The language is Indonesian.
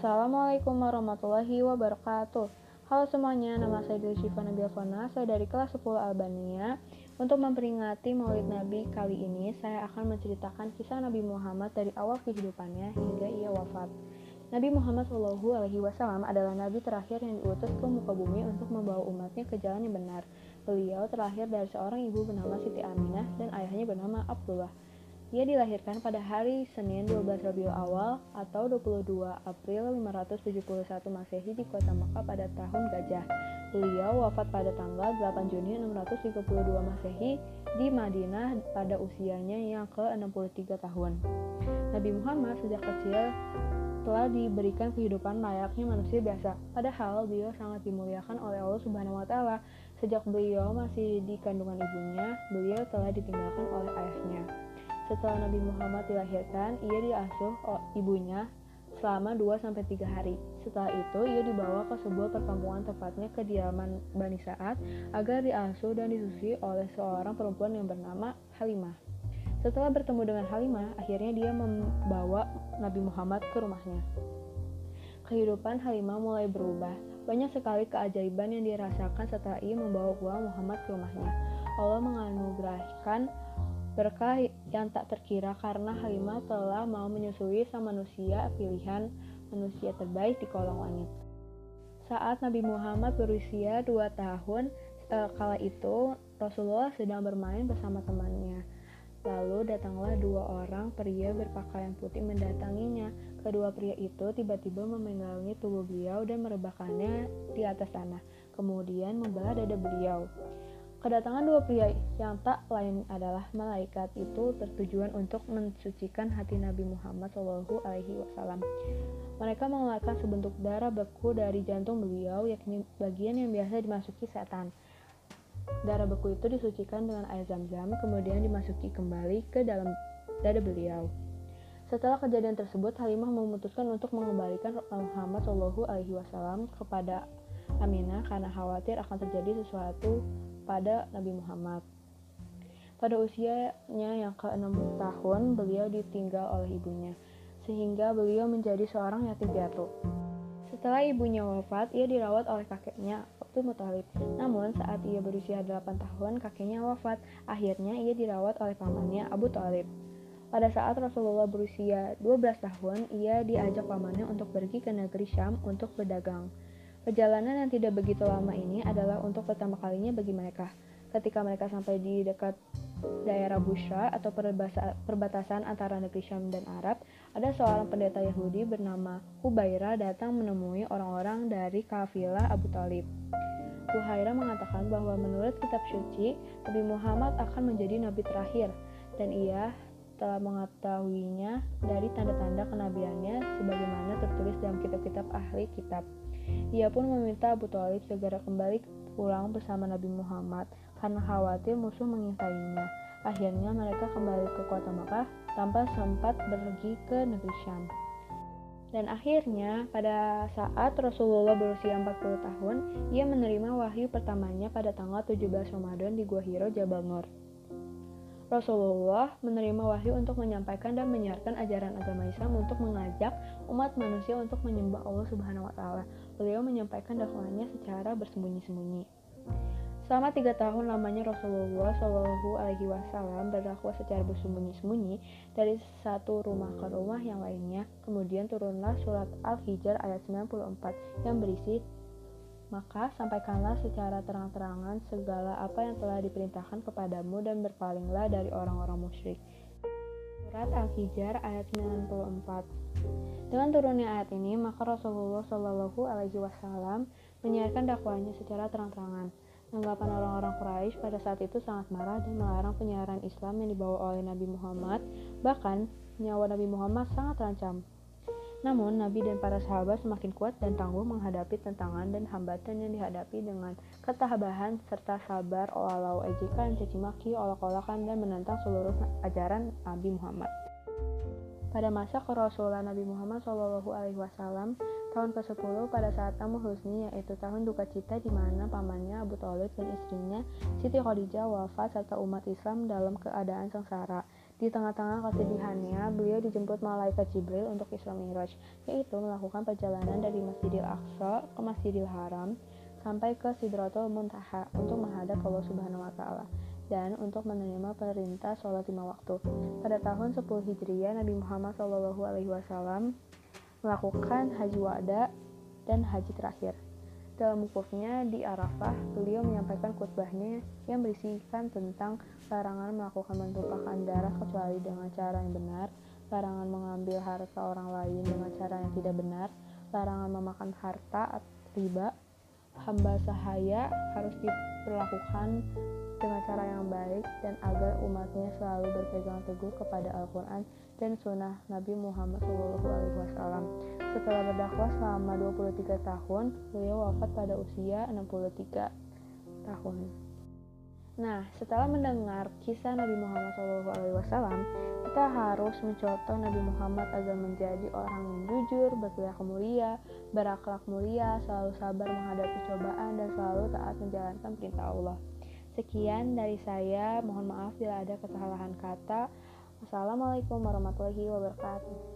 Assalamualaikum warahmatullahi wabarakatuh. Halo semuanya, nama saya Deli Syifa Nabil Fona, saya dari kelas 10 Albania. Untuk memperingati Maulid Nabi kali ini, saya akan menceritakan kisah Nabi Muhammad dari awal kehidupannya hingga ia wafat. Nabi Muhammad SAW adalah nabi terakhir yang diutus ke muka bumi untuk membawa umatnya ke jalan yang benar. Beliau terlahir dari seorang ibu bernama Siti Aminah dan ayahnya bernama Abdullah. Ia dilahirkan pada hari Senin 12 Rabiul Awal atau 22 April 571 Masehi di kota Makkah pada tahun Gajah. Beliau wafat pada tanggal 8 Juni 632 Masehi di Madinah pada usianya yang ke-63 tahun. Nabi Muhammad sejak kecil telah diberikan kehidupan layaknya manusia biasa. Padahal beliau sangat dimuliakan oleh Allah Subhanahu wa taala. Sejak beliau masih di kandungan ibunya, beliau telah ditinggalkan oleh ayahnya. Setelah Nabi Muhammad dilahirkan, ia diasuh ibunya selama 2-3 hari. Setelah itu, ia dibawa ke sebuah perkampungan, tepatnya kediaman Bani Sa'ad, agar diasuh dan disusui oleh seorang perempuan yang bernama Halimah. Setelah bertemu dengan Halimah, akhirnya dia membawa Nabi Muhammad ke rumahnya. Kehidupan Halimah mulai berubah. Banyak sekali keajaiban yang dirasakan setelah ia membawa pulang Muhammad ke rumahnya. Allah menganugerahkan berkah yang tak terkira karena Halimah telah mau menyusui sang manusia pilihan, manusia terbaik di kolong langit. Saat Nabi Muhammad berusia 2 tahun, kala itu Rasulullah sedang bermain bersama temannya. Lalu datanglah 2 orang pria berpakaian putih mendatanginya. Kedua pria itu tiba-tiba memenggangi tubuh beliau dan merebahkannya di atas tanah, kemudian membelah dada beliau. Kedatangan 2 pria yang tak lain adalah malaikat itu bertujuan untuk mensucikan hati Nabi Muhammad SAW. Mereka mengeluarkan sebentuk darah beku dari jantung beliau, yakni bagian yang biasa dimasuki setan. Darah beku itu disucikan dengan air Zam-Zam, kemudian dimasuki kembali ke dalam dada beliau. Setelah kejadian tersebut, Halimah memutuskan untuk mengembalikan Muhammad SAW kepada Aminah karena khawatir akan terjadi sesuatu pada Nabi Muhammad. Pada usianya yang ke-6 tahun, beliau ditinggal oleh ibunya, sehingga beliau menjadi seorang yatim piatu. Setelah ibunya wafat, ia dirawat oleh kakeknya, Abdul Muthalib. Namun, saat ia berusia 8 tahun, kakeknya wafat. Akhirnya, ia dirawat oleh pamannya, Abu Thalib. Pada saat Rasulullah berusia 12 tahun, ia diajak pamannya untuk pergi ke negeri Syam untuk berdagang. Perjalanan yang tidak begitu lama ini adalah untuk pertama kalinya bagi mereka. Ketika mereka sampai di dekat daerah Busra atau perbatasan antara negeri Syam dan Arab, ada seorang pendeta Yahudi bernama Hubairah datang menemui orang-orang dari kafilah Abu Thalib. Hubairah mengatakan bahwa menurut kitab suci, Nabi Muhammad akan menjadi nabi terakhir, dan ia telah mengetahuinya dari tanda-tanda kenabiannya sebagaimana tertulis dalam kitab-kitab ahli kitab. Ia pun meminta Abu Thalib segera kembali pulang bersama Nabi Muhammad karena khawatir musuh mengintainya. Akhirnya mereka kembali ke kota Makkah tanpa sempat pergi ke negeri Syam. Dan akhirnya pada saat Rasulullah berusia 40 tahun, ia menerima wahyu pertamanya pada tanggal 17 Ramadan di Gua Hiro, Jabal Nur. Rasulullah menerima wahyu untuk menyampaikan dan menyiarkan ajaran agama Islam untuk mengajak umat manusia untuk menyembah Allah Subhanahu wa taala. Beliau menyampaikan dakwahnya secara bersembunyi-sembunyi. Selama 3 tahun lamanya Rasulullah SAW berdakwah secara bersembunyi-sembunyi dari satu rumah ke rumah yang lainnya. Kemudian turunlah surat Al-Hijr ayat 94 yang berisi, "Maka sampaikanlah secara terang-terangan segala apa yang telah diperintahkan kepadamu dan berpalinglah dari orang-orang musyrik." Surat Al-Hijr ayat 94. Dengan turunnya ayat ini, maka Rasulullah SAW menyiarkan dakwahnya secara terang-terangan. Anggapan orang-orang Quraisy pada saat itu sangat marah dan melarang penyiaran Islam yang dibawa oleh Nabi Muhammad. Bahkan, nyawa Nabi Muhammad sangat terancam. Namun, Nabi dan para sahabat semakin kuat dan tangguh menghadapi tantangan dan hambatan yang dihadapi dengan ketabahan serta sabar walau ejekan, caci maki, olok-olokan, dan menentang seluruh ajaran Nabi Muhammad. Pada masa kerasulan Nabi Muhammad SAW, tahun ke-10 pada saat Amul Husni, yaitu tahun duka cita di mana pamannya Abu Thalib dan istrinya Siti Khadijah wafat serta umat Islam dalam keadaan sengsara. Di tengah-tengah kesedihannya, beliau dijemput malaikat Jibril untuk Isra Mi'raj, yaitu melakukan perjalanan dari Masjidil Aqsa ke Masjidil Haram sampai ke Sidratul Muntaha untuk menghadap Allah Subhanahu wa taala dan untuk menerima perintah sholat 5 waktu. Pada tahun 10 Hijriah, Nabi Muhammad SAW melakukan haji wada dan haji terakhir. Dalam wukufnya di Arafah, beliau menyampaikan khutbahnya yang berisikan tentang larangan melakukan pentumpahan darah kecuali dengan cara yang benar, larangan mengambil harta orang lain dengan cara yang tidak benar, larangan memakan harta riba, hamba sahaya harus diperlakukan dengan cara yang baik, dan agar umatnya selalu berpegang teguh kepada Al-Quran dan sunnah Nabi Muhammad SAW. Setelah berdakwah selama 23 tahun, beliau wafat pada usia 63 tahun. Nah, setelah mendengar kisah Nabi Muhammad SAW, kita harus mencontoh Nabi Muhammad agar menjadi orang yang jujur, berakhlak mulia, selalu sabar menghadapi cobaan, dan selalu taat menjalankan perintah Allah. Sekian dari saya, mohon maaf bila ada kesalahan kata. Wassalamualaikum warahmatullahi wabarakatuh.